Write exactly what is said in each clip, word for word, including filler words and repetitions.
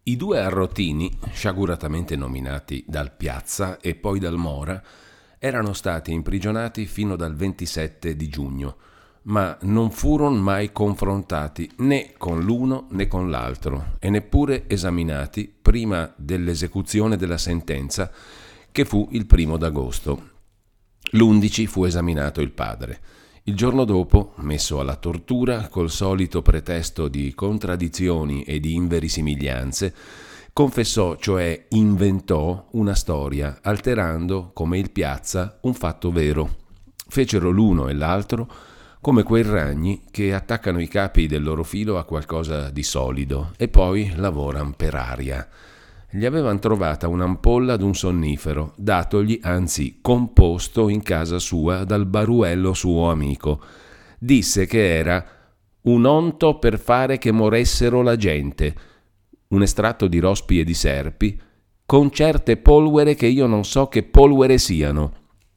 I due arrotini, sciaguratamente nominati dal Piazza e poi dal Mora, erano stati imprigionati fino dal ventisette di giugno, ma non furono mai confrontati né con l'uno né con l'altro e neppure esaminati prima dell'esecuzione della sentenza, che fu il primo d'agosto. L'undici fu esaminato il padre. Il giorno dopo, messo alla tortura col solito pretesto di contraddizioni e di inverosimiglianze, confessò, cioè inventò, una storia, alterando, come il Piazza, un fatto vero. Fecero l'uno e l'altro come quei ragni che attaccano i capi del loro filo a qualcosa di solido e poi lavoran per aria. Gli avevan trovata un'ampolla d'un sonnifero, datogli, anzi composto in casa sua dal baruello suo amico. Disse che era un onto per fare che moressero la gente, un estratto di rospi e di serpi, con certe polvere che io non so che polvere siano.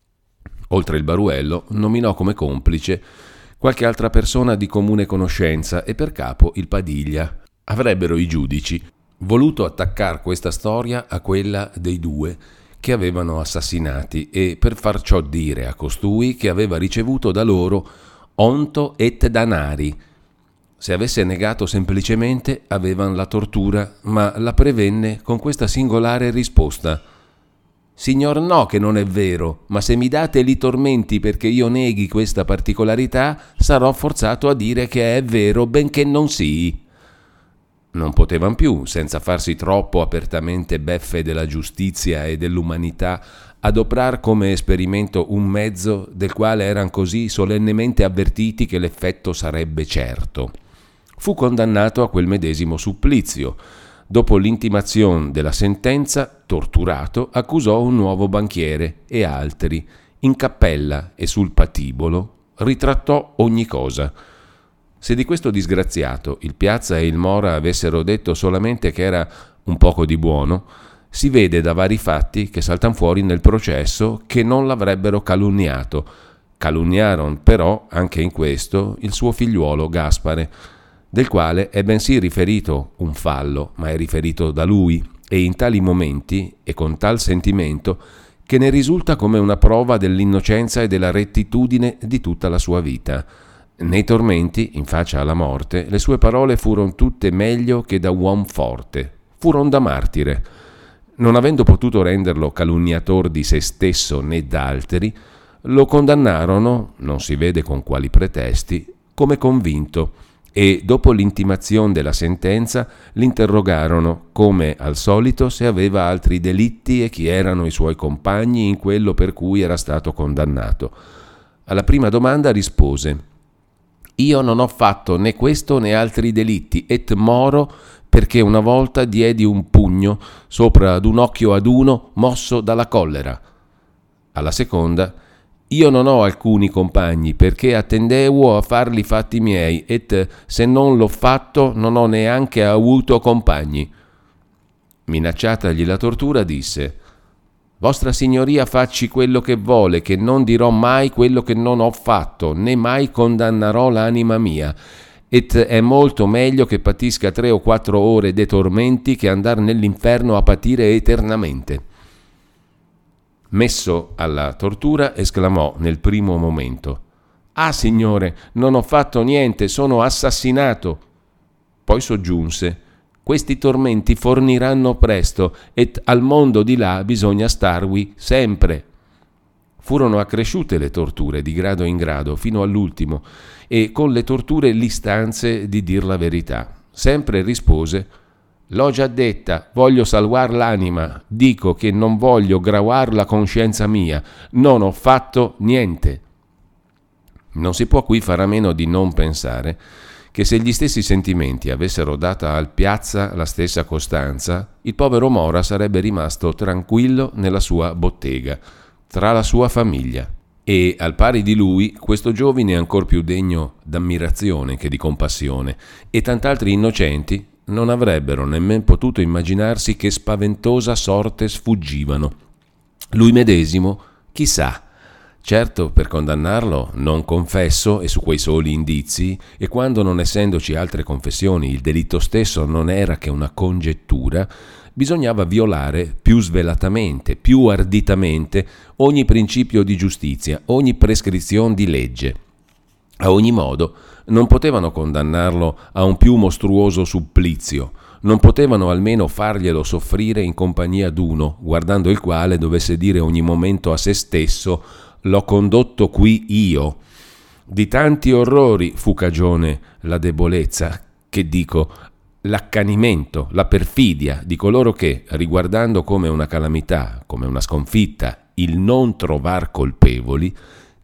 Oltre il baruello, nominò come complice qualche altra persona di comune conoscenza e per capo il Padiglia. Avrebbero i giudici voluto attaccar questa storia a quella dei due che avevano assassinati e per far ciò dire a costui che aveva ricevuto da loro onto et danari. Se avesse negato semplicemente avevan la tortura, ma la prevenne con questa singolare risposta: «Signor no che non è vero, ma se mi date li tormenti perché io neghi questa particolarità, sarò forzato a dire che è vero benché non sii». Non potevan più, senza farsi troppo apertamente beffe della giustizia e dell'umanità, adoprar come esperimento un mezzo del quale eran così solennemente avvertiti che l'effetto sarebbe certo. Fu condannato a quel medesimo supplizio. Dopo l'intimazione della sentenza, torturato, accusò un nuovo banchiere e altri. In cappella e sul patibolo ritrattò ogni cosa. Se di questo disgraziato il Piazza e il Mora avessero detto solamente che era un poco di buono, si vede da vari fatti che saltan fuori nel processo che non l'avrebbero calunniato. Calunniarono però anche in questo il suo figliuolo Gaspare, del quale è bensì riferito un fallo, ma è riferito da lui e in tali momenti e con tal sentimento che ne risulta come una prova dell'innocenza e della rettitudine di tutta la sua vita. Nei tormenti, in faccia alla morte, le sue parole furono tutte meglio che da uom forte, furono da martire. Non avendo potuto renderlo calunniator di se stesso né d'altri, lo condannarono, non si vede con quali pretesti, come convinto, e dopo l'intimazione della sentenza l'interrogarono, come al solito, se aveva altri delitti e chi erano i suoi compagni in quello per cui era stato condannato. Alla prima domanda rispose: «Io non ho fatto né questo né altri delitti, et moro perché una volta diedi un pugno sopra ad un occhio ad uno mosso dalla collera». Alla seconda: «Io non ho alcuni compagni perché attendevo a far li fatti miei, et se non l'ho fatto non ho neanche avuto compagni». Minacciatagli la tortura disse: «Vostra signoria facci quello che vuole, che non dirò mai quello che non ho fatto, né mai condannerò l'anima mia, et è molto meglio che patisca tre o quattro ore de tormenti che andar nell'inferno a patire eternamente». Messo alla tortura, esclamò nel primo momento: «Ah, signore, non ho fatto niente, sono assassinato». Poi soggiunse: «Questi tormenti forniranno presto, et al mondo di là bisogna starvi sempre». Furono accresciute le torture di grado in grado fino all'ultimo, e con le torture l'istanze di dir la verità. Sempre rispose: «L'ho già detta, voglio salvar l'anima, dico che non voglio gravare la coscienza mia, non ho fatto niente». Non si può qui fare a meno di non pensare che se gli stessi sentimenti avessero data al Piazza la stessa costanza, il povero Mora sarebbe rimasto tranquillo nella sua bottega, tra la sua famiglia. E, al pari di lui, questo giovine è ancor più degno d'ammirazione che di compassione, e tant'altri innocenti non avrebbero nemmeno potuto immaginarsi che spaventosa sorte sfuggivano. Lui medesimo, chissà, Certo, per condannarlo non confesso e su quei soli indizi, e quando non essendoci altre confessioni il delitto stesso non era che una congettura, bisognava violare più svelatamente, più arditamente ogni principio di giustizia, ogni prescrizione di legge. A ogni modo, non potevano condannarlo a un più mostruoso supplizio, non potevano almeno farglielo soffrire in compagnia d'uno, guardando il quale dovesse dire ogni momento a se stesso: l'ho condotto qui io. Di tanti orrori fu cagione la debolezza, che dico, l'accanimento, la perfidia di coloro che, riguardando come una calamità, come una sconfitta, il non trovar colpevoli,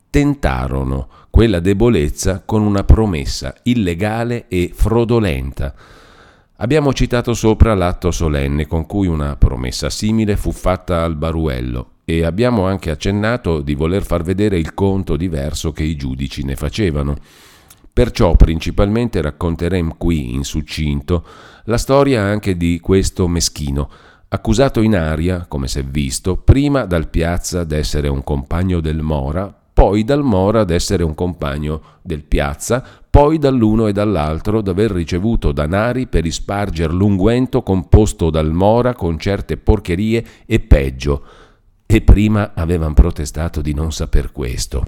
tentarono quella debolezza con una promessa illegale e fraudolenta. Abbiamo citato sopra l'atto solenne con cui una promessa simile fu fatta al Baruello, e abbiamo anche accennato di voler far vedere il conto diverso che i giudici ne facevano. Perciò principalmente racconteremo qui in succinto la storia anche di questo meschino, accusato in aria, come s'è visto, prima dal Piazza d'essere un compagno del Mora, poi dal Mora d'essere un compagno del Piazza, poi dall'uno e dall'altro d'aver ricevuto danari per isparger l'unguento composto dal Mora con certe porcherie e peggio. E prima avevan protestato di non saper questo.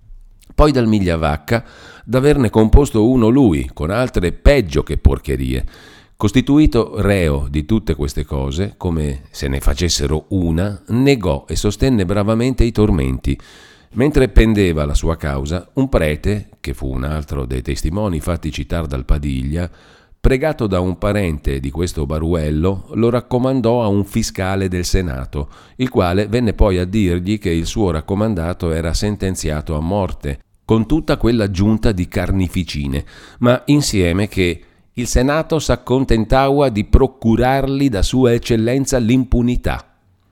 Poi dal Migliavacca d'averne composto uno lui, con altre peggio che porcherie. Costituito reo di tutte queste cose, come se ne facessero una, negò e sostenne bravamente i tormenti. Mentre pendeva la sua causa, un prete, che fu un altro dei testimoni fatti citar dal Padiglia, pregato da un parente di questo Baruello, lo raccomandò a un fiscale del Senato, il quale venne poi a dirgli che il suo raccomandato era sentenziato a morte, con tutta quella giunta di carneficine, ma insieme che il Senato s'accontentava di procurargli da sua eccellenza l'impunità,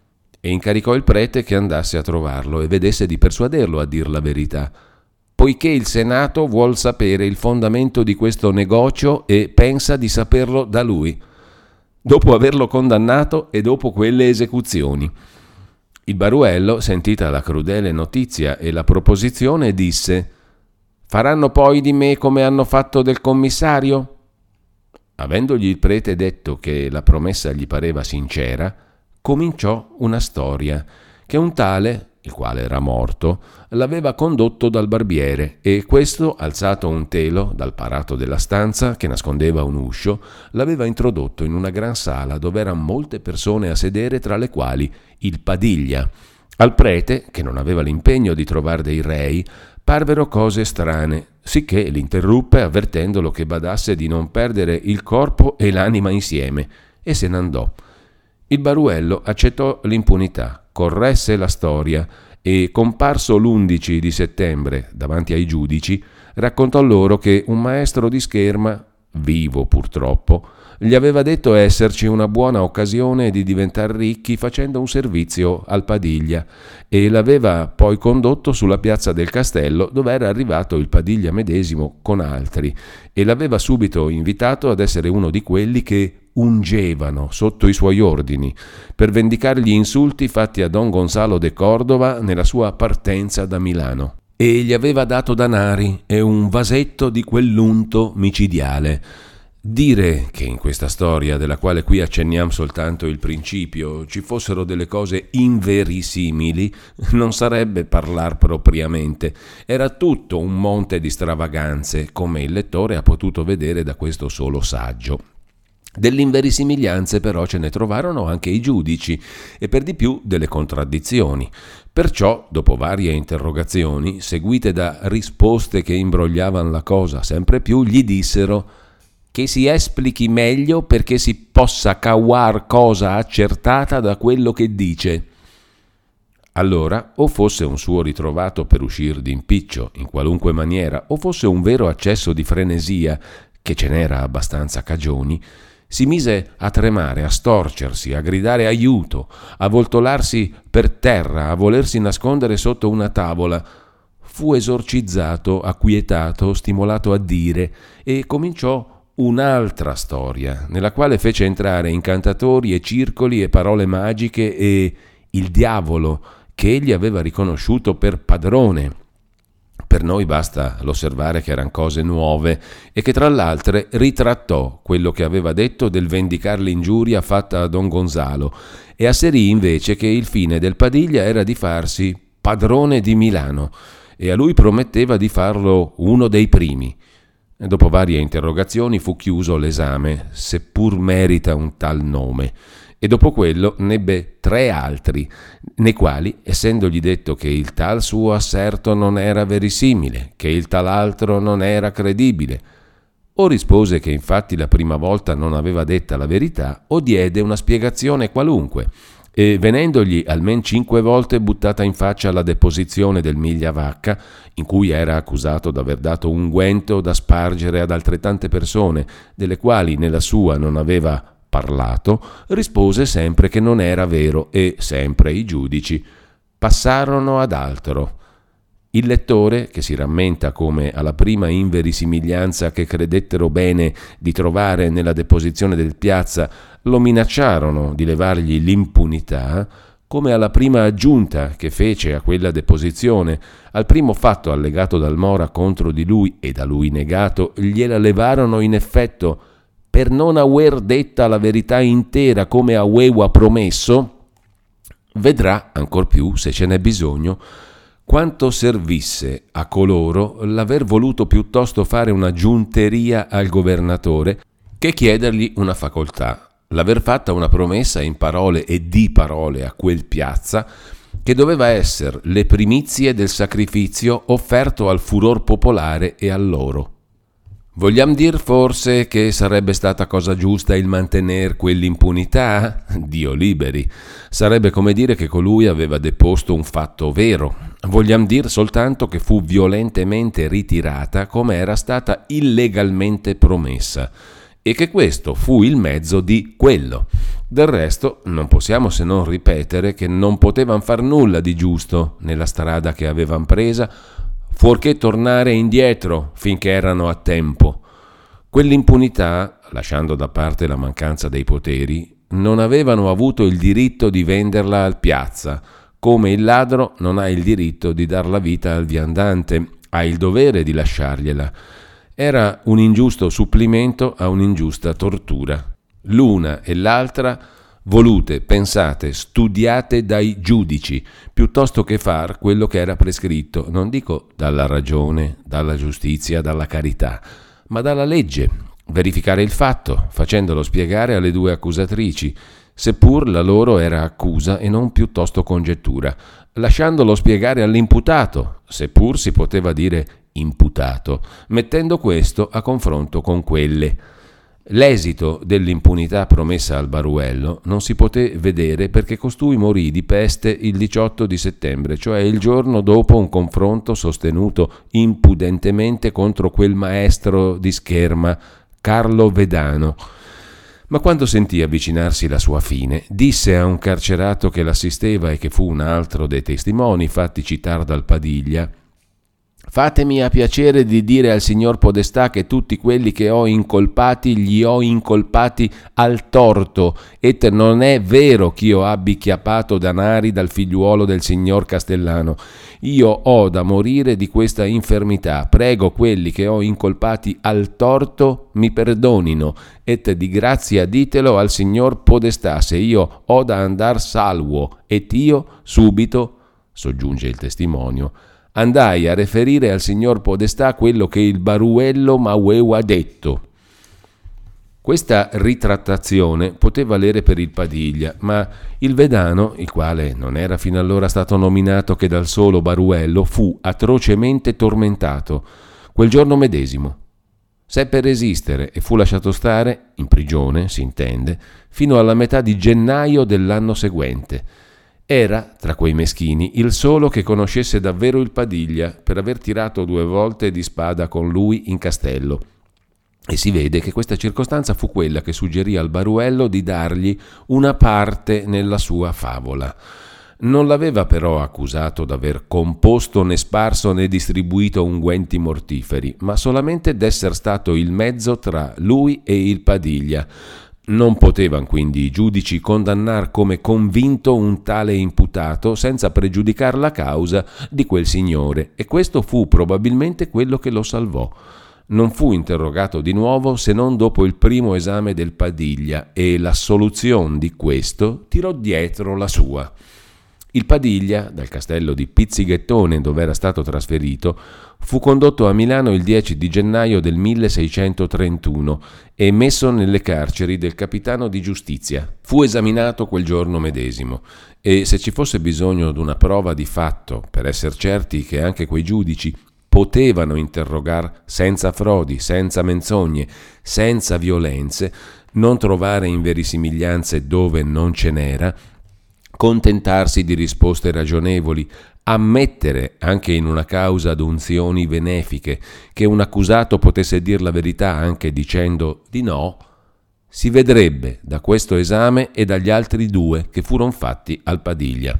e incaricò il prete che andasse a trovarlo e vedesse di persuaderlo a dir la verità, poiché il Senato vuol sapere il fondamento di questo negozio e pensa di saperlo da lui, dopo averlo condannato e dopo quelle esecuzioni. Il Baruello, sentita la crudele notizia e la proposizione, disse: «Faranno poi di me come hanno fatto del commissario?» Avendogli il prete detto che la promessa gli pareva sincera, cominciò una storia che un tale, il quale era morto, l'aveva condotto dal barbiere, e questo, alzato un telo dal parato della stanza che nascondeva un uscio, l'aveva introdotto in una gran sala dove erano molte persone a sedere, tra le quali il Padiglia. Al prete, che non aveva l'impegno di trovar dei rei, parvero cose strane, sicché l'interruppe avvertendolo che badasse di non perdere il corpo e l'anima insieme, e se n'andò. Il Baruello accettò l'impunità, corresse la storia e, comparso l'undici di settembre davanti ai giudici, raccontò loro che un maestro di scherma, vivo purtroppo, gli aveva detto esserci una buona occasione di diventar ricchi facendo un servizio al Padiglia, e l'aveva poi condotto sulla piazza del castello, dove era arrivato il Padiglia medesimo con altri, e l'aveva subito invitato ad essere uno di quelli che ungevano sotto i suoi ordini per vendicare gli insulti fatti a Don Gonzalo de Cordova nella sua partenza da Milano, e gli aveva dato danari e un vasetto di quell'unto micidiale. Dire che in questa storia, della quale qui accenniamo soltanto il principio, ci fossero delle cose inverissimili non sarebbe parlar propriamente. Era tutto un monte di stravaganze, come il lettore ha potuto vedere da questo solo saggio. Dell'inverisimiglianze però ce ne trovarono anche i giudici, e per di più delle contraddizioni. Perciò, dopo varie interrogazioni, seguite da risposte che imbrogliavano la cosa sempre più, gli dissero che si esplichi meglio perché si possa cauar cosa accertata da quello che dice. Allora, o fosse un suo ritrovato per uscir d'impiccio in qualunque maniera, o fosse un vero accesso di frenesia, che ce n'era abbastanza cagioni, si mise a tremare, a storcersi, a gridare aiuto, a voltolarsi per terra, a volersi nascondere sotto una tavola. Fu esorcizzato, acquietato, stimolato a dire, e cominciò un'altra storia, nella quale fece entrare incantatori e circoli e parole magiche e il diavolo, che egli aveva riconosciuto per padrone. Per noi basta l'osservare che erano cose nuove e che tra l'altre ritrattò quello che aveva detto del vendicar l'ingiuria fatta a Don Gonzalo e asserì invece che il fine del Padiglia era di farsi padrone di Milano e a lui prometteva di farlo uno dei primi. E dopo varie interrogazioni fu chiuso l'esame, seppur merita un tal nome. E dopo quello n'ebbe tre altri, nei quali, essendogli detto che il tal suo asserto non era verisimile, che il tal altro non era credibile, o rispose che infatti la prima volta non aveva detta la verità, o diede una spiegazione qualunque, e venendogli almen cinque volte buttata in faccia la deposizione del Migliavacca, in cui era accusato d'aver dato unguento da spargere ad altrettante persone, delle quali nella sua non aveva parlato, rispose sempre che non era vero e sempre i giudici passarono ad altro. Il lettore, che si rammenta come alla prima inverosimiglianza che credettero bene di trovare nella deposizione del Piazza lo minacciarono di levargli l'impunità, come alla prima aggiunta che fece a quella deposizione, al primo fatto allegato dal Mora contro di lui e da lui negato, gliela levarono in effetto per non aver detta la verità intera come aveva promesso, vedrà ancor più, se ce n'è bisogno, quanto servisse a coloro l'aver voluto piuttosto fare una giunteria al governatore che chiedergli una facoltà, l'aver fatta una promessa in parole e di parole a quel Piazza che doveva essere le primizie del sacrificio offerto al furor popolare e a loro. Vogliam dir forse che sarebbe stata cosa giusta il mantener quell'impunità? Dio liberi. Sarebbe come dire che colui aveva deposto un fatto vero. Vogliam dir soltanto che fu violentemente ritirata come era stata illegalmente promessa e che questo fu il mezzo di quello. Del resto non possiamo se non ripetere che non potevan far nulla di giusto nella strada che avevan presa, fuorché tornare indietro finché erano a tempo. Quell'impunità, lasciando da parte la mancanza dei poteri, non avevano avuto il diritto di venderla al Piazza, come il ladro non ha il diritto di dar la vita al viandante, ha il dovere di lasciargliela. Era un ingiusto supplimento a un'ingiusta tortura. L'una e l'altra volute, pensate, studiate dai giudici, piuttosto che far quello che era prescritto, non dico dalla ragione, dalla giustizia, dalla carità, ma dalla legge, verificare il fatto, facendolo spiegare alle due accusatrici, seppur la loro era accusa e non piuttosto congettura, lasciandolo spiegare all'imputato, seppur si poteva dire imputato, mettendo questo a confronto con quelle. L'esito dell'impunità promessa al Baruello non si poté vedere perché costui morì di peste il diciotto di settembre, cioè il giorno dopo un confronto sostenuto impudentemente contro quel maestro di scherma, Carlo Vedano. Ma quando sentì avvicinarsi la sua fine, disse a un carcerato che l'assisteva e che fu un altro dei testimoni fatti citar dal Padiglia: «Fatemi a piacere di dire al signor Podestà che tutti quelli che ho incolpati li ho incolpati al torto, et non è vero ch'io abbi chiappato danari dal figliuolo del signor Castellano. Io ho da morire di questa infermità. Prego quelli che ho incolpati al torto mi perdonino, et di grazia ditelo al signor Podestà se io ho da andar salvo, et io subito», soggiunge il testimonio, «andai a riferire al signor Podestà quello che il Baruello m'aveva detto». Questa ritrattazione poteva valere per il Padiglia, ma il Vedano, il quale non era fino allora stato nominato che dal solo Baruello, fu atrocemente tormentato quel giorno medesimo. Seppe resistere e fu lasciato stare, in prigione, si intende, fino alla metà di gennaio dell'anno seguente. Era, tra quei meschini, il solo che conoscesse davvero il Padiglia per aver tirato due volte di spada con lui in castello. E si vede che questa circostanza fu quella che suggerì al Baruello di dargli una parte nella sua favola. Non l'aveva però accusato d'aver composto né sparso né distribuito unguenti mortiferi, ma solamente d'essere stato il mezzo tra lui e il Padiglia, Non potevano quindi i giudici condannar come convinto un tale imputato senza pregiudicar la causa di quel signore, e questo fu probabilmente quello che lo salvò. Non fu interrogato di nuovo se non dopo il primo esame del Padiglia, e l'assoluzione di questo tirò dietro la sua. Il Padiglia, dal castello di Pizzighettone, dove era stato trasferito, fu condotto a Milano il dieci di gennaio del milleseicentotrentuno e messo nelle carceri del capitano di giustizia. Fu esaminato quel giorno medesimo, e se ci fosse bisogno di una prova di fatto per essere certi che anche quei giudici potevano interrogar senza frodi, senza menzogne, senza violenze, non trovare inverosimiglianze dove non ce n'era, contentarsi di risposte ragionevoli, ammettere anche in una causa ad unzioni benefiche che un accusato potesse dir la verità anche dicendo di no, si vedrebbe da questo esame e dagli altri due che furono fatti al Padiglia.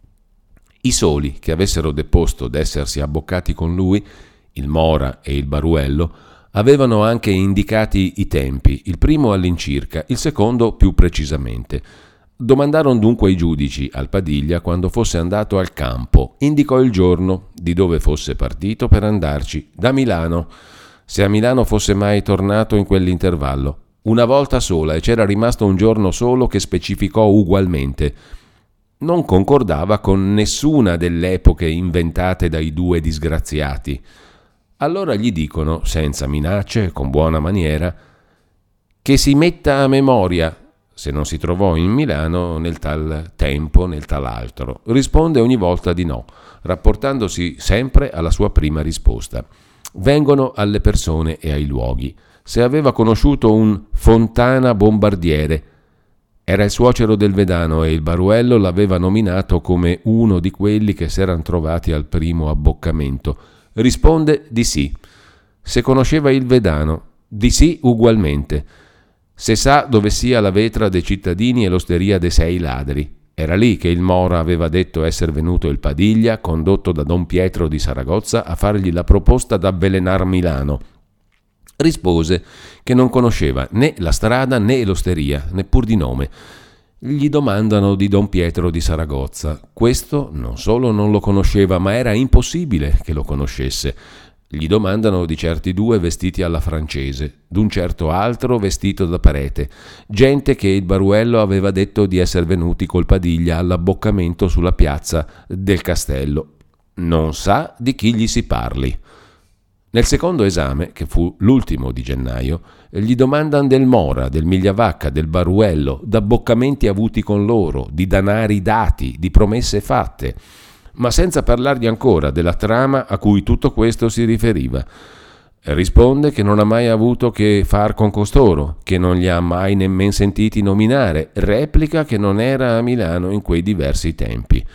I soli che avessero deposto d'essersi abboccati con lui, il Mora e il Baruello, avevano anche indicati i tempi, il primo all'incirca, il secondo più precisamente. Domandarono dunque ai giudici al Padiglia quando fosse andato al campo, indicò il giorno di dove fosse partito per andarci, da Milano, se a Milano fosse mai tornato in quell'intervallo, una volta sola, e c'era rimasto un giorno solo che specificò ugualmente. Non concordava con nessuna delle epoche inventate dai due disgraziati. Allora gli dicono, senza minacce, con buona maniera, che si metta a memoria se non si trovò in Milano nel tal tempo, nel tal altro. Risponde ogni volta di no, rapportandosi sempre alla sua prima risposta. Vengono alle persone e ai luoghi. Se aveva conosciuto un Fontana Bombardiere, era il suocero del Vedano e il Baruello l'aveva nominato come uno di quelli che s'eran trovati al primo abboccamento. Risponde di sì. Se conosceva il Vedano, di sì ugualmente. Se sa dove sia la vetra dei cittadini e l'osteria dei sei ladri. Era lì che il Mora aveva detto esser venuto il Padiglia, condotto da Don Pietro di Saragozza, a fargli la proposta d'avvelenar Milano. Rispose che non conosceva né la strada né l'osteria, neppur di nome. Gli domandano di Don Pietro di Saragozza. Questo non solo non lo conosceva, ma era impossibile che lo conoscesse. Gli domandano di certi due vestiti alla francese, d'un certo altro vestito da parete, gente che il Baruello aveva detto di esser venuti col Padiglia all'abboccamento sulla piazza del castello. Non sa di chi gli si parli. Nel secondo esame, che fu l'ultimo di gennaio, gli domandan del Mora, del Migliavacca, del Baruello, d'abboccamenti avuti con loro, di danari dati, di promesse fatte, ma senza parlargli ancora della trama a cui tutto questo si riferiva. Risponde che non ha mai avuto che far con costoro, che non li ha mai nemmen sentiti nominare, replica che non era a Milano in quei diversi tempi.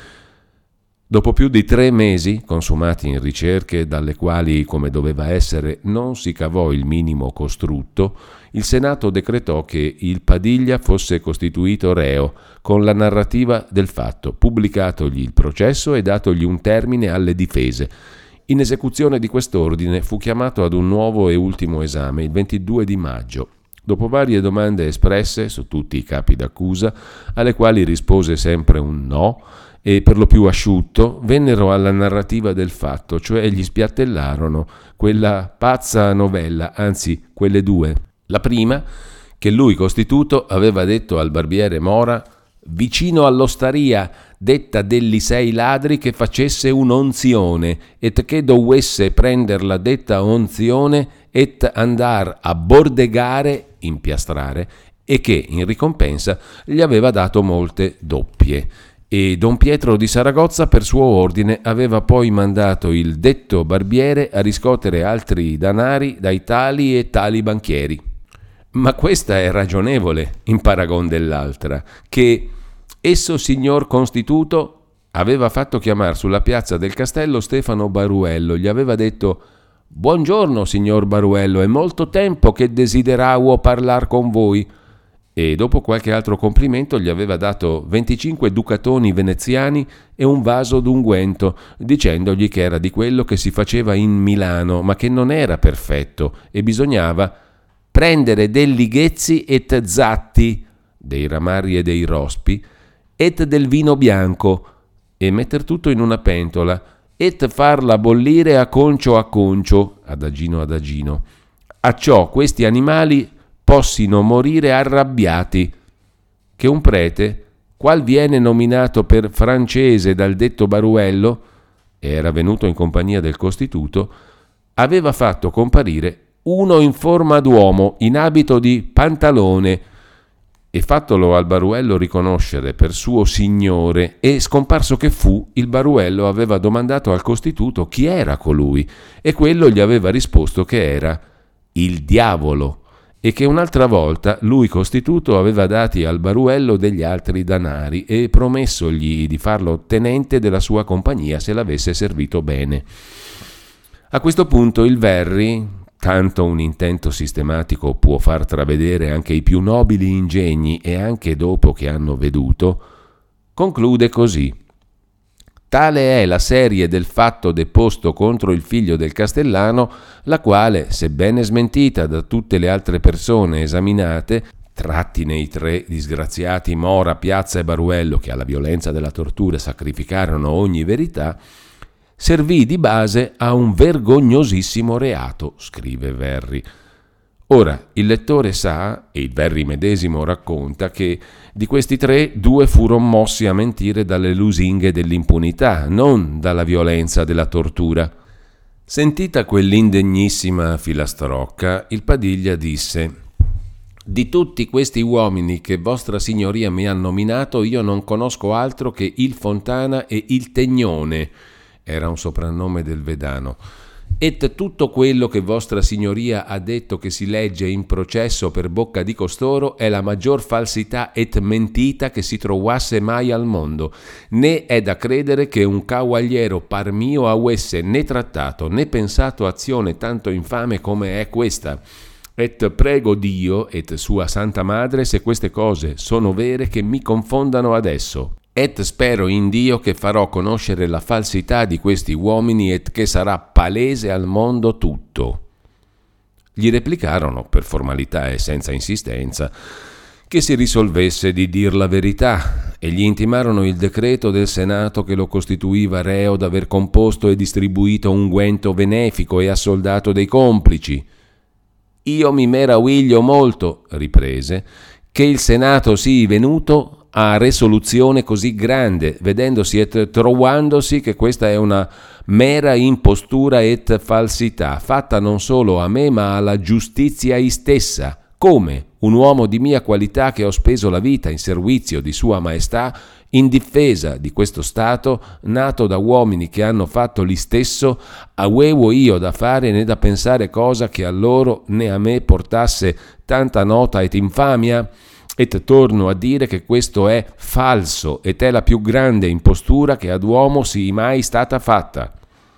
Dopo più di tre mesi, consumati in ricerche dalle quali, come doveva essere, non si cavò il minimo costrutto, il Senato decretò che il Padiglia fosse costituito reo, con la narrativa del fatto, pubblicatogli il processo e datogli un termine alle difese. In esecuzione di quest'ordine fu chiamato ad un nuovo e ultimo esame il ventidue di maggio. Dopo varie domande espresse su tutti i capi d'accusa, alle quali rispose sempre un no, e per lo più asciutto, vennero alla narrativa del fatto, cioè gli spiattellarono quella pazza novella, anzi quelle due. La prima, che lui costituto aveva detto al barbiere Mora, vicino all'ostaria detta degli sei ladri, che facesse un'onzione, et che dovesse prender la detta onzione et andar a bordegare, impiastrare, e che in ricompensa gli aveva dato molte doppie. E Don Pietro di Saragozza per suo ordine aveva poi mandato il detto barbiere a riscuotere altri danari dai tali e tali banchieri. Ma questa è ragionevole in paragon dell'altra, che esso signor Constituto aveva fatto chiamar sulla piazza del castello Stefano Baruello, gli aveva detto: «Buongiorno signor Baruello, è molto tempo che desideravo parlar con voi», e dopo qualche altro complimento gli aveva dato venticinque ducatoni veneziani e un vaso d'unguento, dicendogli che era di quello che si faceva in Milano, ma che non era perfetto e bisognava prendere del lighezzi et zatti, dei ramari e dei rospi, et del vino bianco, e metter tutto in una pentola, et farla bollire a concio a concio, adagino adagino. Acciò questi animali possino morire arrabbiati, che un prete, qual viene nominato per francese dal detto Baruello, e era venuto in compagnia del Costituto, aveva fatto comparire uno in forma d'uomo, in abito di pantalone, e fattolo al Baruello riconoscere per suo signore, e scomparso che fu, il Baruello aveva domandato al Costituto chi era colui, e quello gli aveva risposto che era il diavolo, e che un'altra volta lui Costituto aveva dati al Baruello degli altri danari e promessogli di farlo tenente della sua compagnia se l'avesse servito bene. A questo punto il Verri, tanto un intento sistematico può far travedere anche i più nobili ingegni e anche dopo che hanno veduto, conclude così: tale è la serie del fatto deposto contro il figlio del castellano, la quale, sebbene smentita da tutte le altre persone esaminate, trattine i tre disgraziati Mora, Piazza e Baruello, che alla violenza della tortura sacrificarono ogni verità, servì di base a un vergognosissimo reato, scrive Verri. Ora, il lettore sa, e il Verri medesimo racconta, che di questi tre, due furono mossi a mentire dalle lusinghe dell'impunità, non dalla violenza della tortura. Sentita quell'indegnissima filastrocca, il Padiglia disse: «Di tutti questi uomini che vostra signoria mi ha nominato, io non conosco altro che il Fontana e il Tegnone», era un soprannome del Vedano, «et tutto quello che vostra signoria ha detto che si legge in processo per bocca di costoro è la maggior falsità et mentita che si trovasse mai al mondo, né è da credere che un cavaliero par mio avesse né trattato né pensato azione tanto infame come è questa. Et prego Dio et sua Santa Madre, se queste cose sono vere, che mi confondano adesso. Et spero in Dio che farò conoscere la falsità di questi uomini et che sarà palese al mondo tutto». Gli replicarono, per formalità e senza insistenza, che si risolvesse di dir la verità, e gli intimarono il decreto del Senato che lo costituiva reo d'aver composto e distribuito unguento benefico e assoldato dei complici. «Io mi meraviglio molto», riprese, «che il Senato sii venuto a resoluzione così grande, vedendosi et trovandosi che questa è una mera impostura et falsità, fatta non solo a me ma alla giustizia istessa, come un uomo di mia qualità che ho speso la vita in servizio di Sua Maestà, in difesa di questo Stato, nato da uomini che hanno fatto l'istesso, avevo io da fare né da pensare cosa che a loro né a me portasse tanta nota et infamia? Et torno a dire che questo è falso ed è la più grande impostura che ad uomo sia mai stata fatta».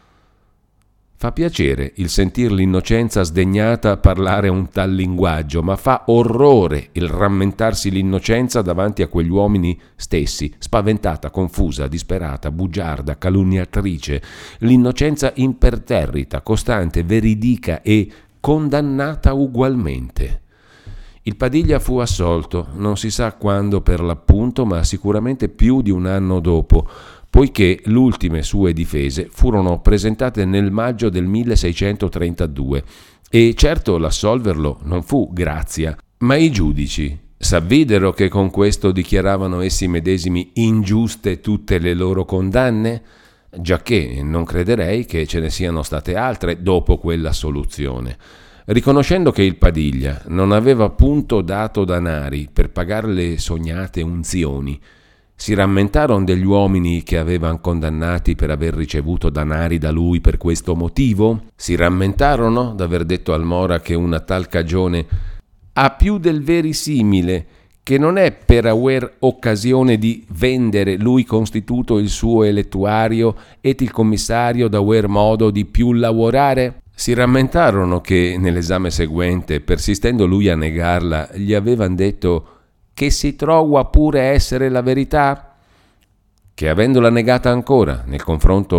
Fa piacere il sentir l'innocenza sdegnata parlare un tal linguaggio, ma fa orrore il rammentarsi l'innocenza davanti a quegli uomini stessi, spaventata, confusa, disperata, bugiarda, calunniatrice, l'innocenza imperterrita, costante, veridica e condannata ugualmente. Il Padiglia fu assolto, non si sa quando per l'appunto, ma sicuramente più di un anno dopo, poiché le ultime sue difese furono presentate nel maggio del milleseicentotrentadue e certo l'assolverlo non fu Grazia, ma i giudici. S'avvidero che con questo dichiaravano essi medesimi ingiuste tutte le loro condanne, giacché non crederei che ce ne siano state altre dopo quella soluzione. Riconoscendo che il Padiglia non aveva punto dato danari per pagar le sognate unzioni, si rammentarono degli uomini che avevano condannati per aver ricevuto danari da lui per questo motivo? Si rammentarono d'aver detto al Mora che una tal cagione ha più del verisimile, che non è per aver occasione di vendere lui constituto il suo elettuario ed il commissario d'aver modo di più lavorare? Si rammentarono che nell'esame seguente, persistendo lui a negarla, gli avevan detto che si trova pure essere la verità? Che avendola negata ancora nel confronto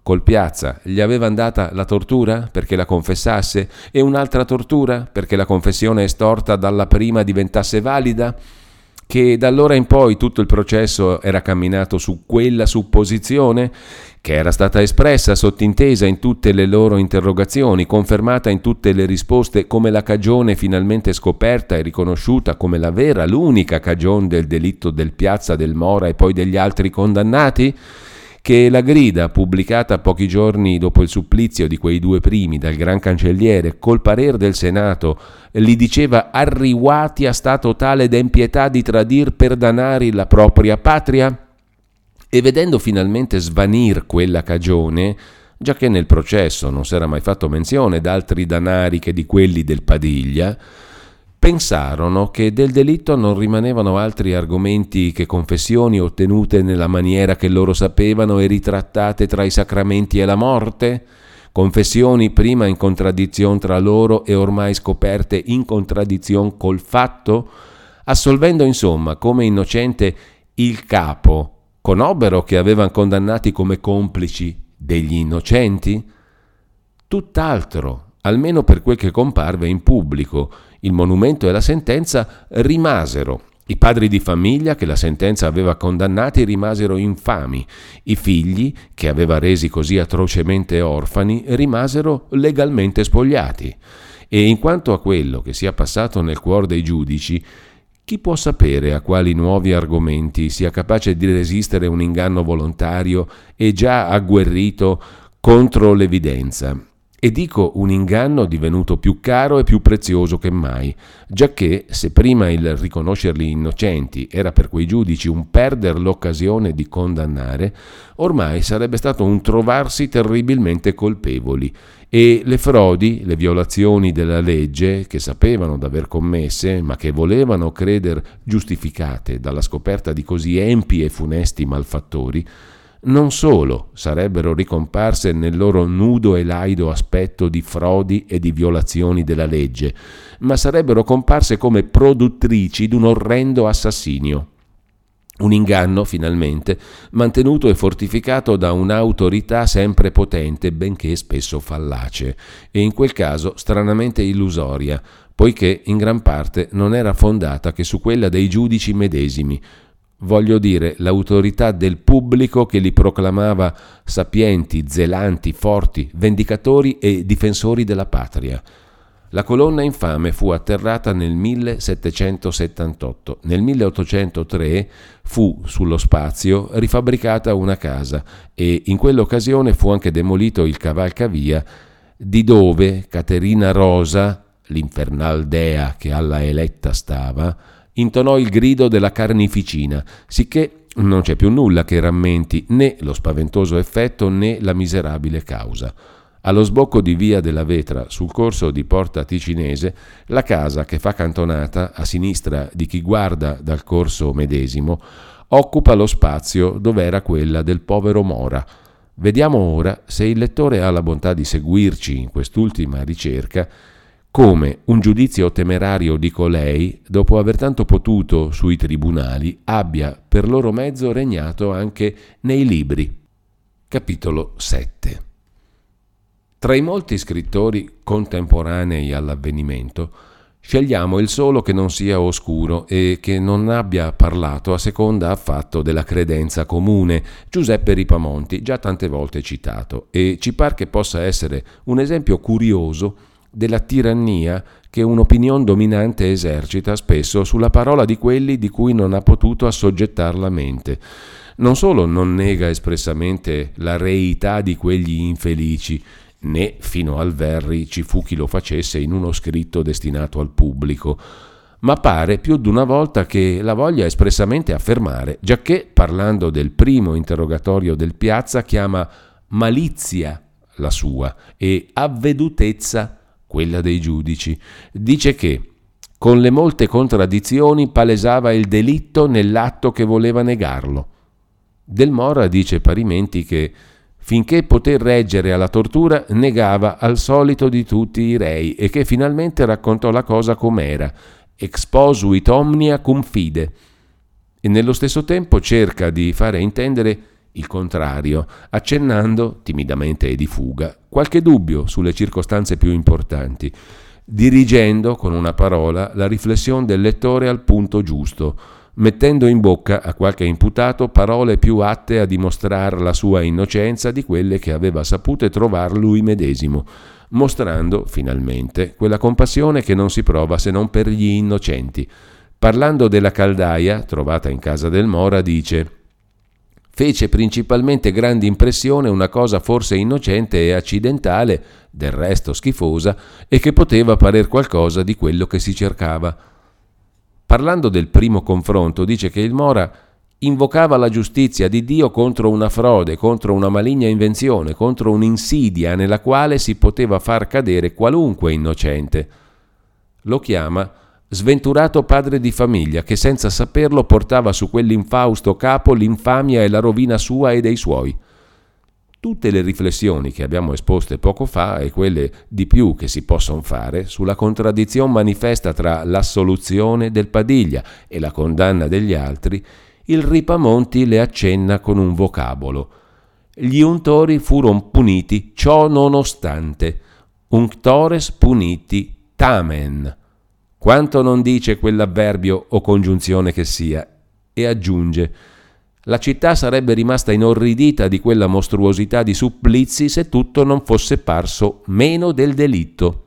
col Piazza gli aveva data la tortura perché la confessasse e un'altra tortura perché la confessione estorta dalla prima diventasse valida? Che da allora in poi tutto il processo era camminato su quella supposizione, che era stata espressa, sottintesa in tutte le loro interrogazioni, confermata in tutte le risposte come la cagione finalmente scoperta e riconosciuta come la vera, l'unica cagione del delitto del Piazza, del Mora e poi degli altri condannati? Che la grida, pubblicata pochi giorni dopo il supplizio di quei due primi dal gran cancelliere, col parer del Senato, li diceva arrivati a stato tale d'empietà di tradir per danari la propria patria? E vedendo finalmente svanir quella cagione, già che nel processo non s'era mai fatto menzione d'altri danari che di quelli del Padiglia, pensarono che del delitto non rimanevano altri argomenti che confessioni ottenute nella maniera che loro sapevano e ritrattate tra i sacramenti e la morte, confessioni prima in contraddizione tra loro e ormai scoperte in contraddizione col fatto, assolvendo insomma come innocente il capo, conobbero che avevano condannati come complici degli innocenti? Tutt'altro, almeno per quel che comparve in pubblico. Il monumento e la sentenza rimasero. I padri di famiglia che la sentenza aveva condannati rimasero infami. I figli, che aveva resi così atrocemente orfani, rimasero legalmente spogliati. E in quanto a quello che sia passato nel cuor dei giudici, chi può sapere a quali nuovi argomenti sia capace di resistere un inganno volontario e già agguerrito contro l'evidenza? E dico un inganno divenuto più caro e più prezioso che mai, giacché se prima il riconoscerli innocenti era per quei giudici un perder l'occasione di condannare, ormai sarebbe stato un trovarsi terribilmente colpevoli e le frodi, le violazioni della legge che sapevano d'aver commesse ma che volevano creder giustificate dalla scoperta di così empi e funesti malfattori, non solo sarebbero ricomparse nel loro nudo e laido aspetto di frodi e di violazioni della legge, ma sarebbero comparse come produttrici d'un orrendo assassinio. Un inganno, finalmente, mantenuto e fortificato da un'autorità sempre potente, benché spesso fallace, e in quel caso stranamente illusoria, poiché in gran parte non era fondata che su quella dei giudici medesimi, voglio dire l'autorità del pubblico che li proclamava sapienti, zelanti, forti, vendicatori e difensori della patria. La colonna infame fu atterrata nel millesettecentosettantotto. Nel milleottocentotre fu sullo spazio rifabbricata una casa e in quell'occasione fu anche demolito il cavalcavia di dove Caterina Rosa, l'infernal dea che alla eletta stava, intonò il grido della carneficina, sicché non c'è più nulla che rammenti né lo spaventoso effetto né la miserabile causa. Allo sbocco di via della Vetra, sul corso di Porta Ticinese, la casa che fa cantonata a sinistra di chi guarda dal corso medesimo occupa lo spazio dove era quella del povero Mora. Vediamo ora, se il lettore ha la bontà di seguirci in quest'ultima ricerca, come un giudizio temerario di colei, dopo aver tanto potuto sui tribunali, abbia per loro mezzo regnato anche nei libri. Capitolo sette. Tra i molti scrittori contemporanei all'avvenimento, scegliamo il solo che non sia oscuro e che non abbia parlato a seconda affatto della credenza comune, Giuseppe Ripamonti, già tante volte citato, e ci par che possa essere un esempio curioso della tirannia che un'opinione dominante esercita spesso sulla parola di quelli di cui non ha potuto assoggettar la mente. Non solo non nega espressamente la reità di quegli infelici, né fino al Verri ci fu chi lo facesse in uno scritto destinato al pubblico, ma pare più d'una volta che la voglia espressamente affermare, giacché parlando del primo interrogatorio del Piazza chiama malizia la sua e avvedutezza quella dei giudici. Dice che con le molte contraddizioni palesava il delitto nell'atto che voleva negarlo. Del Mora dice parimenti che finché poté reggere alla tortura negava al solito di tutti i rei e che finalmente raccontò la cosa com'era, exposuit omnia cum fide, e nello stesso tempo cerca di fare intendere il contrario, accennando, timidamente e di fuga, qualche dubbio sulle circostanze più importanti, dirigendo con una parola la riflessione del lettore al punto giusto, mettendo in bocca a qualche imputato parole più atte a dimostrare la sua innocenza di quelle che aveva sapute trovar lui medesimo, mostrando, finalmente, quella compassione che non si prova se non per gli innocenti. Parlando della caldaia, trovata in casa del Mora, dice: «Fece principalmente grande impressione una cosa forse innocente e accidentale, del resto schifosa, e che poteva parer qualcosa di quello che si cercava». Parlando del primo confronto, dice che il Mora invocava la giustizia di Dio contro una frode, contro una maligna invenzione, contro un'insidia nella quale si poteva far cadere qualunque innocente. Lo chiama sventurato padre di famiglia che senza saperlo portava su quell'infausto capo l'infamia e la rovina sua e dei suoi. Tutte le riflessioni che abbiamo esposte poco fa e quelle di più che si possono fare sulla contraddizione manifesta tra l'assoluzione del Padiglia e la condanna degli altri, il Ripamonti le accenna con un vocabolo. Gli untori furono puniti ciò nonostante, unctores puniti tamen, quanto non dice quell'avverbio o congiunzione che sia, e aggiunge: la città sarebbe rimasta inorridita di quella mostruosità di supplizi se tutto non fosse parso meno del delitto.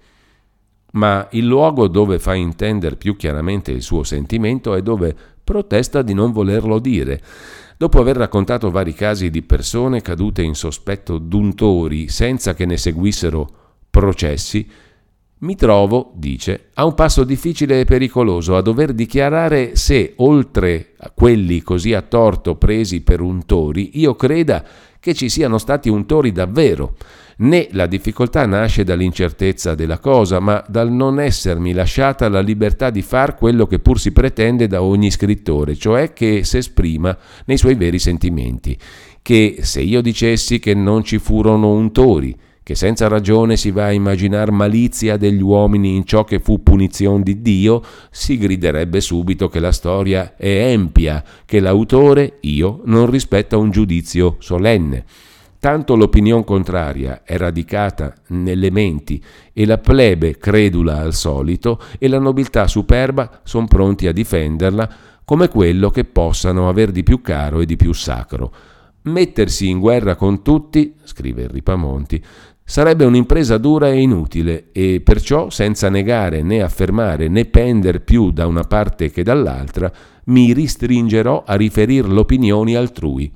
Ma il luogo dove fa intendere più chiaramente il suo sentimento è dove protesta di non volerlo dire. Dopo aver raccontato vari casi di persone cadute in sospetto d'untori senza che ne seguissero processi, mi trovo, dice, a un passo difficile e pericoloso a dover dichiarare se, oltre a quelli così a torto presi per untori, io creda che ci siano stati untori davvero. Né la difficoltà nasce dall'incertezza della cosa, ma dal non essermi lasciata la libertà di far quello che pur si pretende da ogni scrittore, cioè che s'esprima nei suoi veri sentimenti. Che se io dicessi che non ci furono untori, che senza ragione si va a immaginar malizia degli uomini in ciò che fu punizione di Dio, si griderebbe subito che la storia è empia, che l'autore, io, non rispetta un giudizio solenne. Tanto l'opinione contraria è radicata nelle menti e la plebe credula al solito e la nobiltà superba son pronti a difenderla come quello che possano aver di più caro e di più sacro. Mettersi in guerra con tutti, scrive il Ripamonti, sarebbe un'impresa dura e inutile e perciò, senza negare né affermare né pender più da una parte che dall'altra, mi ristringerò a riferir l'opinioni altrui.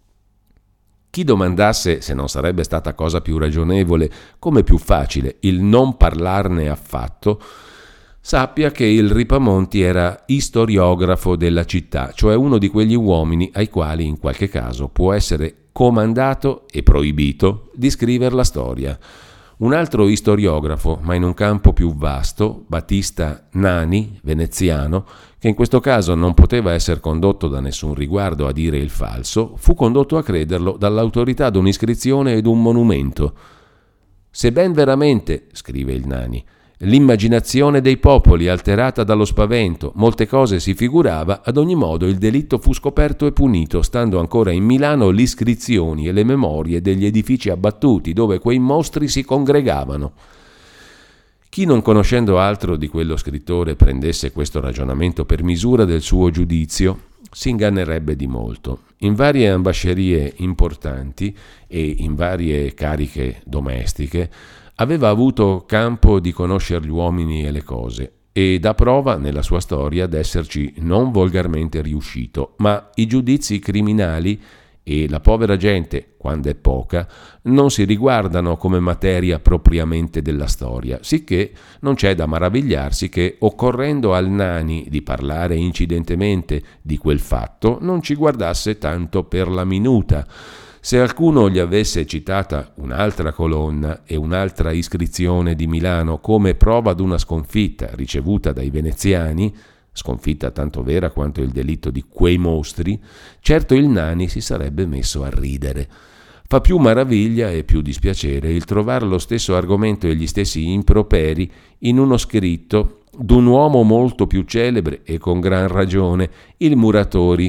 Chi domandasse se non sarebbe stata cosa più ragionevole, come più facile, il non parlarne affatto, sappia che il Ripamonti era istoriografo della città, cioè uno di quegli uomini ai quali in qualche caso può essere comandato e proibito di scrivere la storia. Un altro istoriografo, ma in un campo più vasto, Battista Nani, veneziano, che in questo caso non poteva essere condotto da nessun riguardo a dire il falso, fu condotto a crederlo dall'autorità d'un'iscrizione ed un monumento. Se ben veramente, scrive il Nani, l'immaginazione dei popoli alterata dallo spavento, molte cose si figurava, ad ogni modo il delitto fu scoperto e punito, stando ancora in Milano le iscrizioni e le memorie degli edifici abbattuti dove quei mostri si congregavano. Chi non conoscendo altro di quello scrittore prendesse questo ragionamento per misura del suo giudizio, si ingannerebbe di molto. In varie ambascerie importanti e in varie cariche domestiche aveva avuto campo di conoscere gli uomini e le cose e dà prova nella sua storia d'esserci non volgarmente riuscito, ma i giudizi criminali e la povera gente, quando è poca, non si riguardano come materia propriamente della storia, sicché non c'è da maravigliarsi che, occorrendo al Nani di parlare incidentemente di quel fatto, non ci guardasse tanto per la minuta. Se qualcuno gli avesse citata un'altra colonna e un'altra iscrizione di Milano come prova d'una sconfitta ricevuta dai veneziani, sconfitta tanto vera quanto il delitto di quei mostri, certo il Nani si sarebbe messo a ridere. Fa più maraviglia e più dispiacere il trovare lo stesso argomento e gli stessi improperi in uno scritto d'un uomo molto più celebre e con gran ragione, il Muratori,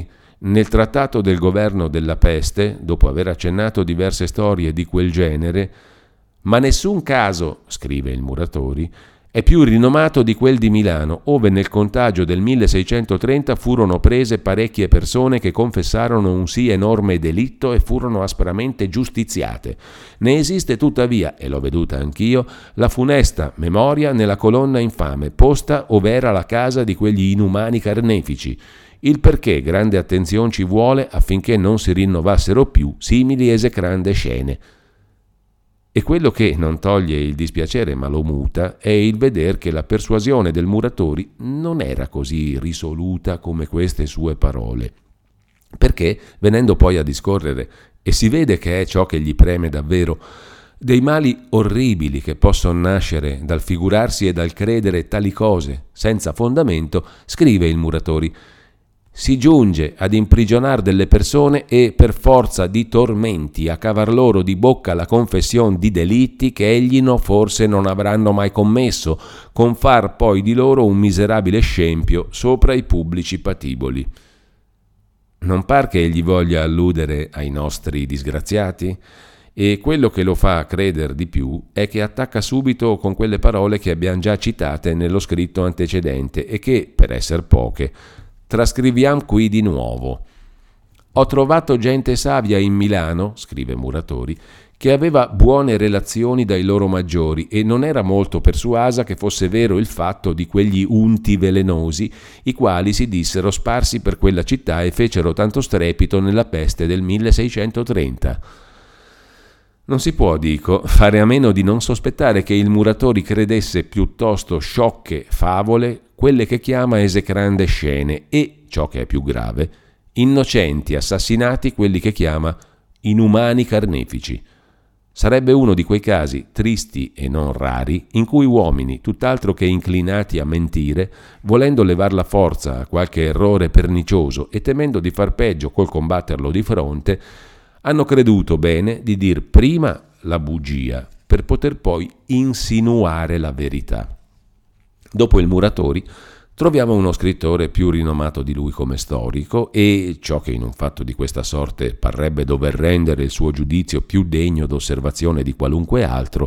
Nel trattato del governo della peste, dopo aver accennato diverse storie di quel genere, ma nessun caso, scrive il Muratori, è più rinomato di quel di Milano, ove nel contagio del milleseicentotrenta furono prese parecchie persone che confessarono un sì enorme delitto e furono aspramente giustiziate. Ne esiste tuttavia, e l'ho veduta anch'io, la funesta memoria nella colonna infame, posta ov'era la casa di quegli inumani carnefici. Il perché grande attenzione ci vuole affinché non si rinnovassero più simili esecrande scene. E quello che non toglie il dispiacere ma lo muta è il veder che la persuasione del Muratori non era così risoluta come queste sue parole. Perché, venendo poi a discorrere, e si vede che è ciò che gli preme davvero, dei mali orribili che possono nascere dal figurarsi e dal credere tali cose senza fondamento, scrive il Muratori: si giunge ad imprigionar delle persone e per forza di tormenti a cavar loro di bocca la confessione di delitti che egli no forse non avranno mai commesso, con far poi di loro un miserabile scempio sopra i pubblici patiboli. Non par che egli voglia alludere ai nostri disgraziati? E quello che lo fa credere di più è che attacca subito con quelle parole che abbiamo già citate nello scritto antecedente e che, per essere poche, trascriviam qui di nuovo. Ho trovato gente savia in Milano, scrive Muratori, che aveva buone relazioni dai loro maggiori e non era molto persuasa che fosse vero il fatto di quegli unti velenosi, i quali si dissero sparsi per quella città e fecero tanto strepito nella peste del milleseicentotrenta. Non si può, dico, fare a meno di non sospettare che il Muratori credesse piuttosto sciocche favole quelle che chiama esecrande scene e, ciò che è più grave, innocenti assassinati quelli che chiama inumani carnefici. Sarebbe uno di quei casi, tristi e non rari, in cui uomini, tutt'altro che inclinati a mentire, volendo levar la forza a qualche errore pernicioso e temendo di far peggio col combatterlo di fronte, hanno creduto bene di dir prima la bugia per poter poi insinuare la verità. Dopo il Muratori troviamo uno scrittore più rinomato di lui come storico e, ciò che in un fatto di questa sorte parrebbe dover rendere il suo giudizio più degno d'osservazione di qualunque altro,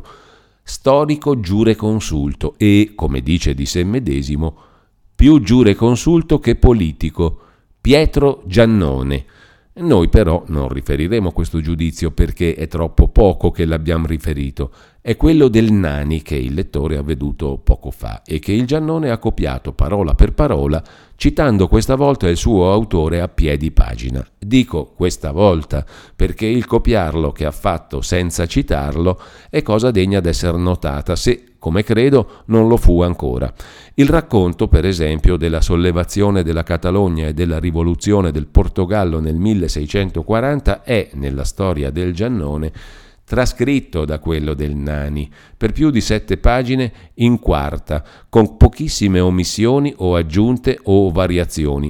storico giureconsulto e, come dice di sé medesimo, più giureconsulto che politico, Pietro Giannone. Noi però non riferiremo questo giudizio perché è troppo poco che l'abbiamo riferito. È quello del Nani che il lettore ha veduto poco fa e che il Giannone ha copiato parola per parola, citando questa volta il suo autore a piedi pagina. Dico questa volta perché il copiarlo che ha fatto senza citarlo è cosa degna d'essere notata se, come credo, non lo fu ancora. Il racconto, per esempio, della sollevazione della Catalogna e della rivoluzione del Portogallo nel milleseicentoquaranta è, nella storia del Giannone, trascritto da quello del Nani, per più di sette pagine in quarta, con pochissime omissioni o aggiunte o variazioni,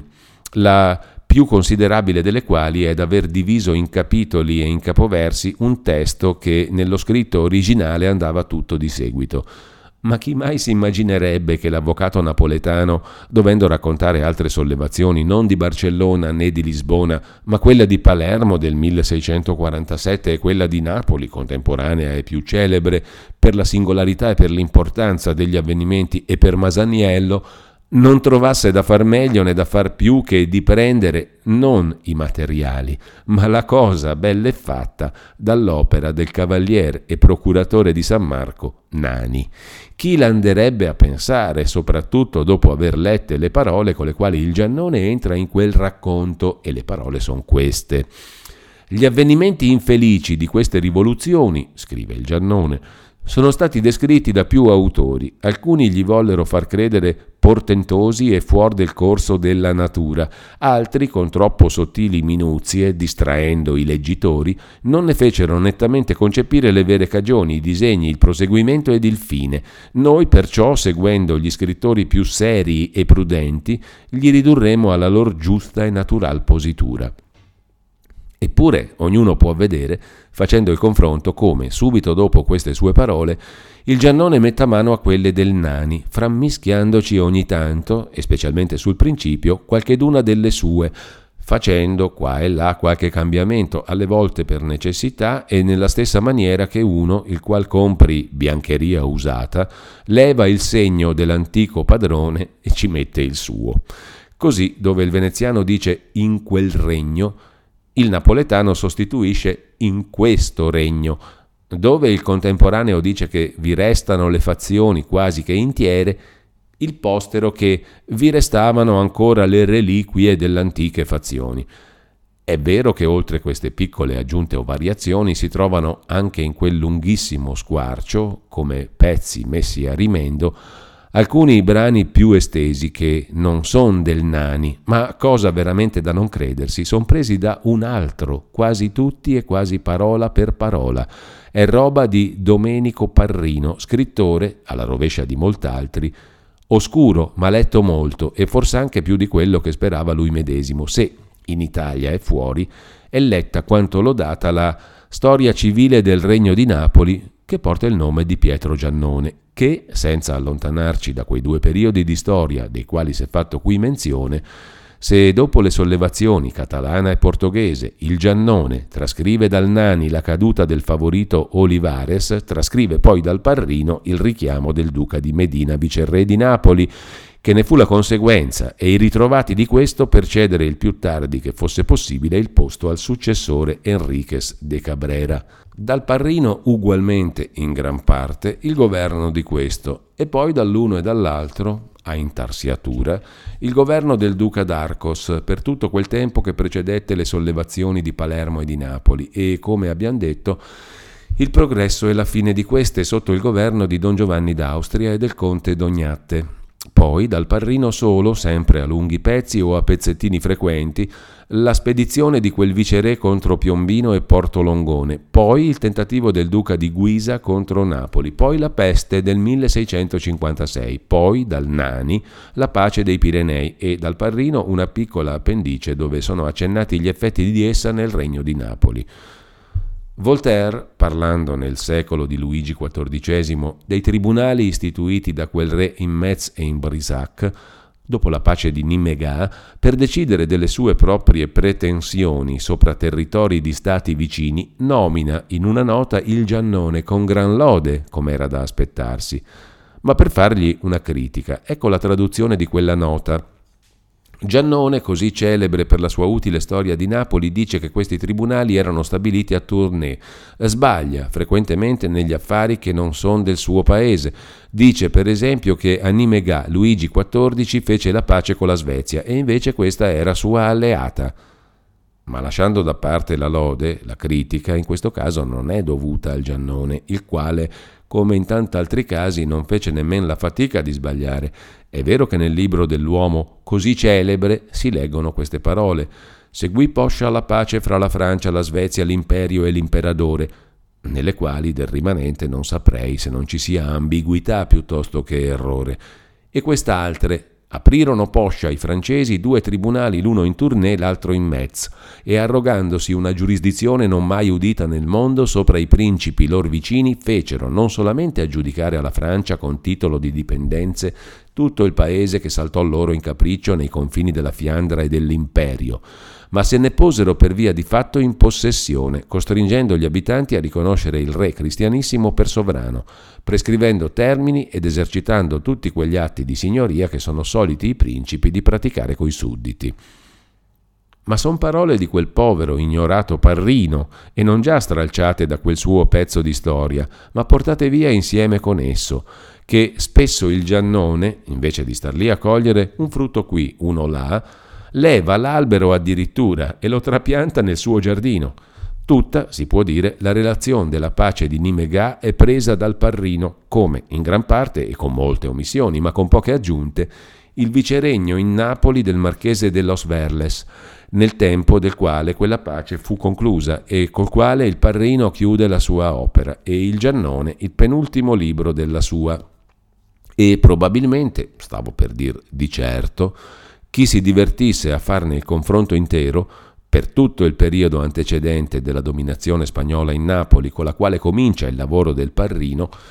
la più considerabile delle quali è d'aver diviso in capitoli e in capoversi un testo che nello scritto originale andava tutto di seguito. Ma chi mai si immaginerebbe che l'avvocato napoletano, dovendo raccontare altre sollevazioni non di Barcellona né di Lisbona, ma quella di Palermo del milleseicentoquarantasette e quella di Napoli, contemporanea e più celebre per la singolarità e per l'importanza degli avvenimenti, e per Masaniello, non trovasse da far meglio né da far più che di prendere non i materiali, ma la cosa bella e fatta dall'opera del cavalier e procuratore di San Marco Nani. Chi l'anderebbe a pensare, soprattutto dopo aver lette le parole con le quali il Giannone entra in quel racconto, e le parole sono queste. Gli avvenimenti infelici di queste rivoluzioni, scrive il Giannone, sono stati descritti da più autori. Alcuni gli vollero far credere portentosi e fuori del corso della natura, altri, con troppo sottili minuzie, distraendo i leggitori, non ne fecero nettamente concepire le vere cagioni, i disegni, il proseguimento ed il fine. Noi perciò, seguendo gli scrittori più serii e prudenti, gli ridurremo alla loro giusta e natural positura. Eppure ognuno può vedere, facendo il confronto, come, subito dopo queste sue parole, il Giannone metta mano a quelle del Nani, frammischiandoci ogni tanto, e specialmente sul principio, qualcheduna delle sue, facendo qua e là qualche cambiamento, alle volte per necessità e nella stessa maniera che uno, il qual compri biancheria usata, leva il segno dell'antico padrone e ci mette il suo. Così, dove il veneziano dice in quel regno, il napoletano sostituisce in questo regno. Dove il contemporaneo dice che vi restano le fazioni quasi che intiere, il postero che vi restavano ancora le reliquie delle antiche fazioni. È vero che oltre queste piccole aggiunte o variazioni si trovano anche in quel lunghissimo squarcio, come pezzi messi a rimendo, alcuni brani più estesi che non son del Nani, ma cosa veramente da non credersi, son presi da un altro, quasi tutti e quasi parola per parola. È roba di Domenico Parrino, scrittore, alla rovescia di molt'altri, oscuro, ma letto molto, e forse anche più di quello che sperava lui medesimo, se in Italia e fuori è letta quanto lodata la storia civile del Regno di Napoli, che porta il nome di Pietro Giannone, che, senza allontanarci da quei due periodi di storia dei quali si è fatto qui menzione, se dopo le sollevazioni catalana e portoghese il Giannone trascrive dal Nani la caduta del favorito Olivares, trascrive poi dal Parrino il richiamo del duca di Medina, viceré di Napoli, che ne fu la conseguenza, e i ritrovati di questo per cedere il più tardi che fosse possibile il posto al successore Enriquez de Cabrera. Dal Parrino ugualmente in gran parte il governo di questo, e poi dall'uno e dall'altro, a intarsiatura, il governo del duca d'Arcos per tutto quel tempo che precedette le sollevazioni di Palermo e di Napoli e, come abbiamo detto, il progresso e la fine di queste sotto il governo di Don Giovanni d'Austria e del conte d'Ognatte. Poi dal Parrino solo, sempre a lunghi pezzi o a pezzettini frequenti, la spedizione di quel viceré contro Piombino e Porto Longone, poi il tentativo del duca di Guisa contro Napoli, poi la peste del milleseicentocinquantasei, poi dal Nani la pace dei Pirenei e dal Parrino una piccola appendice dove sono accennati gli effetti di essa nel regno di Napoli. Voltaire, parlando nel secolo di Luigi quattordicesimo dei tribunali istituiti da quel re in Metz e in Brissac, dopo la pace di Nimega, per decidere delle sue proprie pretensioni sopra territori di stati vicini, nomina in una nota il Giannone con gran lode, come era da aspettarsi, ma per fargli una critica. Ecco la traduzione di quella nota. Giannone, così celebre per la sua utile storia di Napoli, dice che questi tribunali erano stabiliti a Tournai. Sbaglia frequentemente negli affari che non son del suo paese. Dice per esempio che a Nimega Luigi quattordici fece la pace con la Svezia e invece questa era sua alleata. Ma lasciando da parte la lode, la critica in questo caso non è dovuta al Giannone, il quale, come in tanti altri casi, non fece nemmeno la fatica di sbagliare. È vero che nel libro dell'uomo così celebre si leggono queste parole: seguì poscia la pace fra la Francia, la Svezia, l'imperio e l'imperatore, nelle quali del rimanente non saprei se non ci sia ambiguità piuttosto che errore. E quest'altre: aprirono poscia ai francesi due tribunali, l'uno in Tournai, l'altro in Metz, e arrogandosi una giurisdizione non mai udita nel mondo sopra i principi lor vicini, fecero non solamente aggiudicare alla Francia con titolo di dipendenze tutto il paese che saltò loro in capriccio nei confini della Fiandra e dell'imperio, ma se ne posero per via di fatto in possessione, costringendo gli abitanti a riconoscere il re cristianissimo per sovrano, prescrivendo termini ed esercitando tutti quegli atti di signoria che sono soliti i principi di praticare coi sudditi. Ma son parole di quel povero ignorato Parrino, e non già stralciate da quel suo pezzo di storia, ma portate via insieme con esso, che spesso il Giannone, invece di star lì a cogliere un frutto qui, uno là, leva l'albero addirittura e lo trapianta nel suo giardino. Tutta, si può dire, la relazione della pace di Nimega è presa dal Parrino, come, in gran parte e con molte omissioni, ma con poche aggiunte, il viceregno in Napoli del marchese de Los Verles, nel tempo del quale quella pace fu conclusa e col quale il Parrino chiude la sua opera e il Giannone il penultimo libro della sua. E probabilmente, stavo per dir di certo, chi si divertisse a farne il confronto intero per tutto il periodo antecedente della dominazione spagnola in Napoli, con la quale comincia il lavoro del Parrino,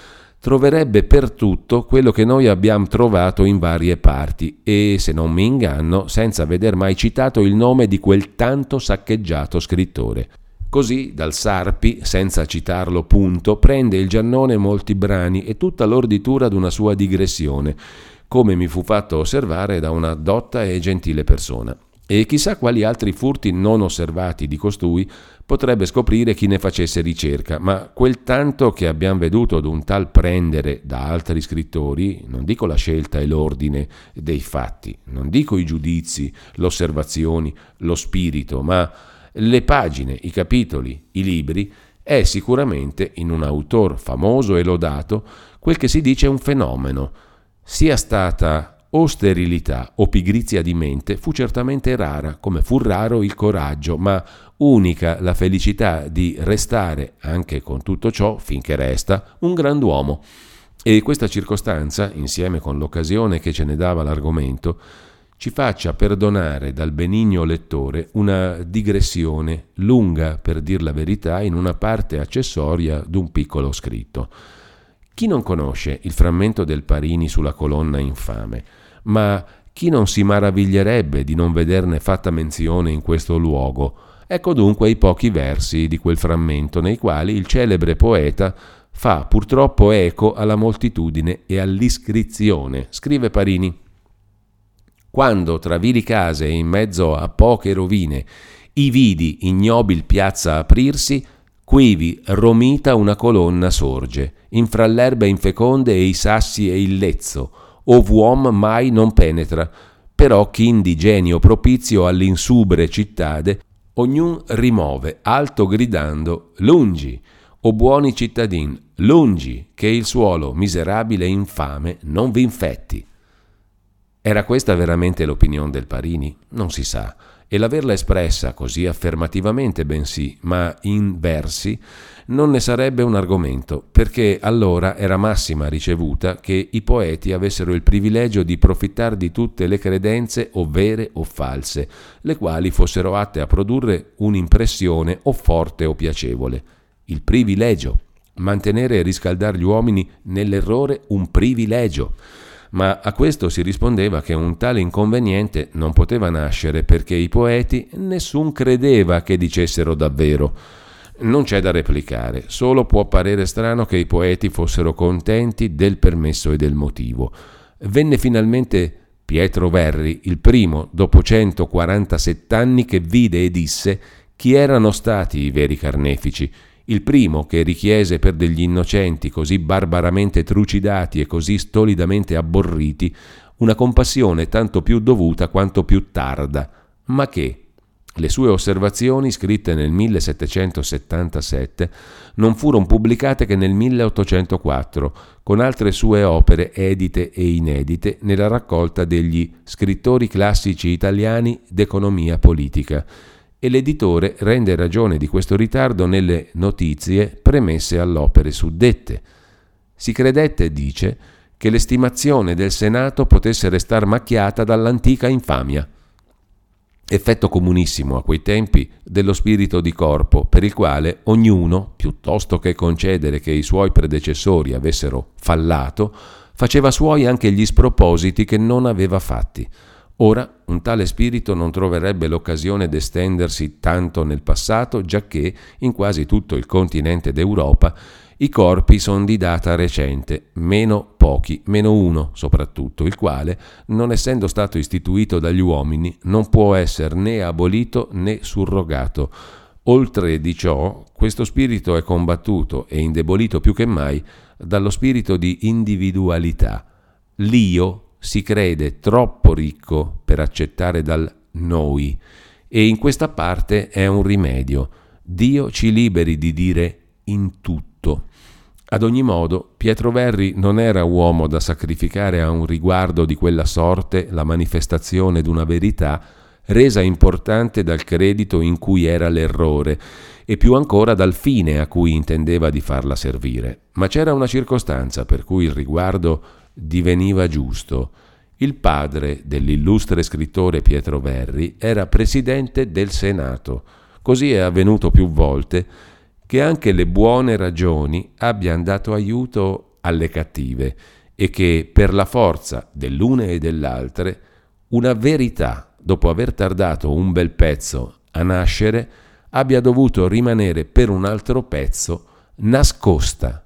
troverebbe per tutto quello che noi abbiamo trovato in varie parti e, se non mi inganno, senza veder mai citato il nome di quel tanto saccheggiato scrittore. Così, dal Sarpi, senza citarlo punto, prende il Giannone molti brani e tutta l'orditura d'una sua digressione, come mi fu fatto osservare da una dotta e gentile persona. E chissà quali altri furti non osservati di costui potrebbe scoprire chi ne facesse ricerca, ma quel tanto che abbiamo veduto d'un tal prendere da altri scrittori, non dico la scelta e l'ordine dei fatti, non dico i giudizi, le osservazioni, lo spirito, ma le pagine, i capitoli, i libri, è sicuramente, in un autor famoso e lodato, quel che si dice un fenomeno. Sia stata o sterilità o pigrizia di mente, fu certamente rara, come fu raro il coraggio, ma unica la felicità di restare, anche con tutto ciò, finché resta, un grand'uomo. E questa circostanza, insieme con l'occasione che ce ne dava l'argomento, ci faccia perdonare dal benigno lettore una digressione lunga, per dir la verità, in una parte accessoria d'un piccolo scritto. Chi non conosce il frammento del Parini sulla colonna infame? Ma chi non si maraviglierebbe di non vederne fatta menzione in questo luogo? Ecco dunque i pochi versi di quel frammento nei quali il celebre poeta fa purtroppo eco alla moltitudine e all'iscrizione. Scrive Parini: quando tra vili case e in mezzo a poche rovine i vidi ignobil piazza aprirsi, quivi romita una colonna sorge, infra l'erbe infeconde e i sassi e il lezzo, ov'uom mai non penetra, però ch'indi genio propizio all'insubre cittade, ognun rimove, alto gridando, lungi, o buoni cittadin, lungi, che il suolo miserabile e infame non vi infetti. Era questa veramente l'opinione del Parini? Non si sa, e l'averla espressa così affermativamente bensì, ma in versi, non ne sarebbe un argomento, perché allora era massima ricevuta che i poeti avessero il privilegio di profittare di tutte le credenze o vere o false, le quali fossero atte a produrre un'impressione o forte o piacevole. Il privilegio, mantenere e riscaldare gli uomini nell'errore, un privilegio. Ma a questo si rispondeva che un tale inconveniente non poteva nascere perché i poeti nessun credeva che dicessero davvero. Non c'è da replicare, solo può parere strano che i poeti fossero contenti del permesso e del motivo. Venne finalmente Pietro Verri, il primo, dopo centoquarantasette anni, che vide e disse chi erano stati i veri carnefici, il primo che richiese per degli innocenti così barbaramente trucidati e così stolidamente abborriti una compassione tanto più dovuta quanto più tarda, ma che le sue osservazioni, scritte nel millesettecentosettantasette, non furono pubblicate che nel milleottocentoquattro, con altre sue opere edite e inedite nella raccolta degli scrittori classici italiani d'economia politica, e l'editore rende ragione di questo ritardo nelle notizie premesse all'opere suddette. Si credette, dice, che l'estimazione del Senato potesse restar macchiata dall'antica infamia. Effetto comunissimo a quei tempi dello spirito di corpo, per il quale ognuno, piuttosto che concedere che i suoi predecessori avessero fallato, faceva suoi anche gli spropositi che non aveva fatti. Ora un tale spirito non troverebbe l'occasione d'estendersi tanto nel passato, giacché in quasi tutto il continente d'Europa i corpi sono di data recente, meno pochi, meno uno soprattutto, il quale, non essendo stato istituito dagli uomini, non può essere né abolito né surrogato. Oltre di ciò, questo spirito è combattuto e indebolito più che mai dallo spirito di individualità. L'io si crede troppo ricco per accettare dal noi, e in questa parte è un rimedio. Dio ci liberi di dire in tutto. Ad ogni modo, Pietro Verri non era uomo da sacrificare a un riguardo di quella sorte la manifestazione d'una verità resa importante dal credito in cui era l'errore e più ancora dal fine a cui intendeva di farla servire. Ma c'era una circostanza per cui il riguardo diveniva giusto. Il padre dell'illustre scrittore Pietro Verri era presidente del Senato. Così è avvenuto più volte che anche le buone ragioni abbiano dato aiuto alle cattive e che per la forza dell'une e dell'altre una verità, dopo aver tardato un bel pezzo a nascere, abbia dovuto rimanere per un altro pezzo nascosta